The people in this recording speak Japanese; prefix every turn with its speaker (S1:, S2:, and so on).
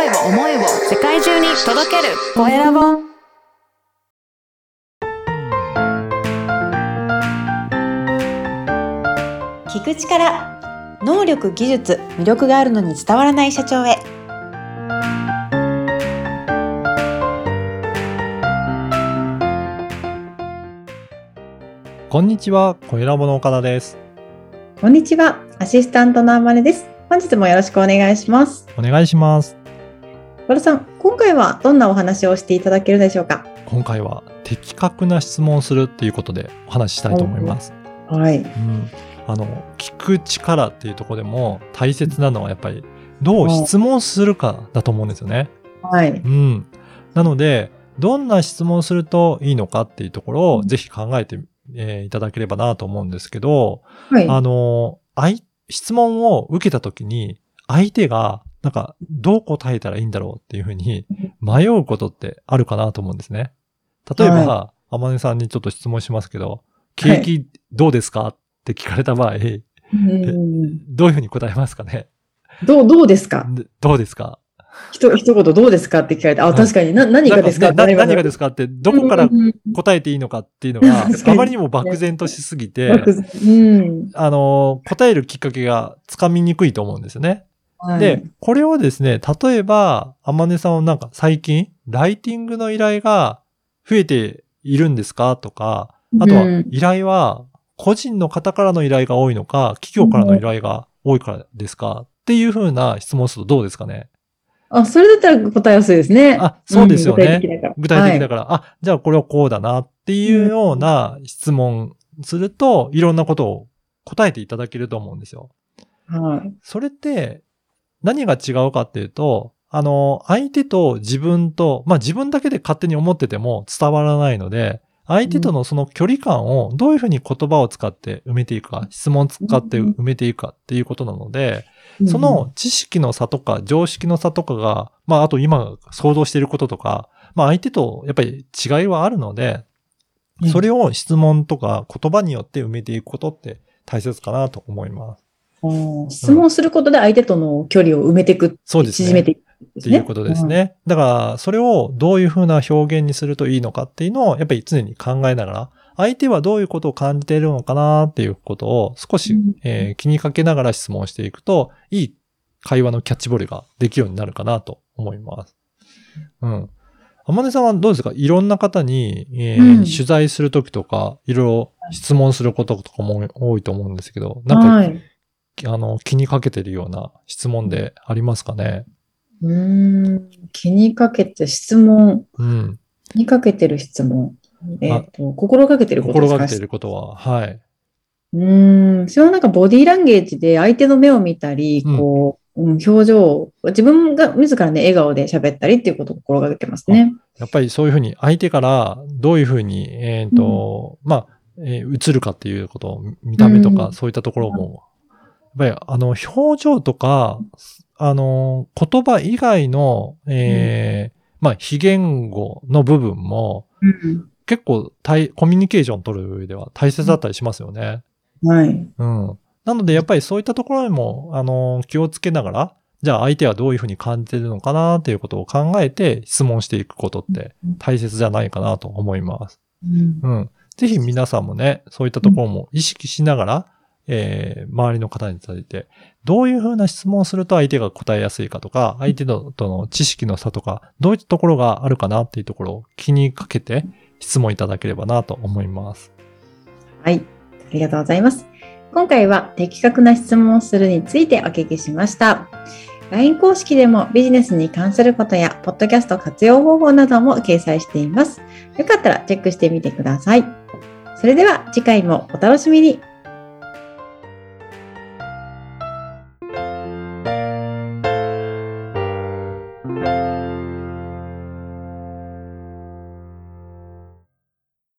S1: 思いを世界中に届けるコエラボ。
S2: 聞く力、能力、技術、魅力があるのに伝わらない社長へ。
S3: こんにちは、コエラボの岡田です。
S2: こんにちは、アシスタントのあまねです。本日もよろしくお願いします。
S3: お願いします。
S2: 岡田さん、今回はどんなお話をしていただけるでしょうか？
S3: 今回は的確な質問をするっていうことでお話ししたいと思います。
S2: はい。
S3: 聞く力っていうところでも大切なのはやっぱりどう質問するかだと思うんですよね。
S2: はい。
S3: なので、どんな質問をするといいのかっていうところをぜひ考えていただければなと思うんですけど、
S2: はい。
S3: 質問を受けたときに相手がどう答えたらいいんだろうっていうふうに迷うことってあるかなと思うんですね。例えば、あまねさんにちょっと質問しますけど、景気どうですかって聞かれた場合、どういうふうに答えますかね？
S2: どうですか？
S3: どうですか？
S2: 一言どうですかって聞かれて、確かに何がですか？
S3: 何がですかって、どこから答えていいのかっていうのが、あまりにも漠然としすぎて、答えるきっかけがつかみにくいと思うんですよね。で、これをですね、例えば、あまねさんは最近、ライティングの依頼が増えているんですかとか、あとは依頼は個人の方からの依頼が多いのか、企業からの依頼が多いからですかっていうふうな質問をするとどうですかね？
S2: それだったら答えやすいですね。
S3: そうですよね。
S2: 具体的だ
S3: から。じゃあこれはこうだなっていうような質問すると、いろんなことを答えていただけると思うんですよ。
S2: はい。
S3: それって、何が違うかっていうと、相手と自分と、自分だけで勝手に思ってても伝わらないので、相手とのその距離感をどういうふうに言葉を使って埋めていくか、質問を使って埋めていくかっていうことなので、その知識の差とか常識の差とかが、あと今想像していることとか、相手とやっぱり違いはあるので、それを質問とか言葉によって埋めていくことって大切かなと思います。
S2: 質問することで相手との距離を埋めていく、
S3: そうですね。
S2: 縮めていく
S3: っていうことですね。だから、それをどういうふうな表現にするといいのかっていうのを、やっぱり常に考えながら、相手はどういうことを感じているのかなっていうことを少し、気にかけながら質問していくと、いい会話のキャッチボールができるようになるかなと思います。あまねさんはどうですか？いろんな方に、取材するときとか、いろいろ質問することとかも多いと思うんですけど、気にかけてるような質問でありますかね？
S2: 気にかけて質問。気にかけてる質問。心がけてることですか？
S3: 心がけてることは、はい。
S2: それはボディーランゲージで相手の目を見たり、表情、自分が自らね、笑顔で喋ったりっていうことを心がけてますね。
S3: やっぱりそういうふうに相手からどういうふうに、映るかっていうことを、見た目とかそういったところも、やっぱり表情とか、言葉以外の、非言語の部分も、結構コミュニケーション取る上では大切だったりしますよね。
S2: はい。
S3: なので、やっぱりそういったところにも、気をつけながら、じゃあ相手はどういうふうに感じているのかなっていうことを考えて質問していくことって大切じゃないかなと思います。ぜひ皆さんもね、そういったところも意識しながら、周りの方に対して、どういうふうな質問をすると相手が答えやすいかとか、相手との知識の差とか、どういったところがあるかなっていうところを気にかけて質問いただければなと思います。
S2: はい。ありがとうございます。今回は的確な質問をするについてお聞きしました。LINE 公式でもビジネスに関することや、ポッドキャスト活用方法なども掲載しています。よかったらチェックしてみてください。それでは次回もお楽しみに。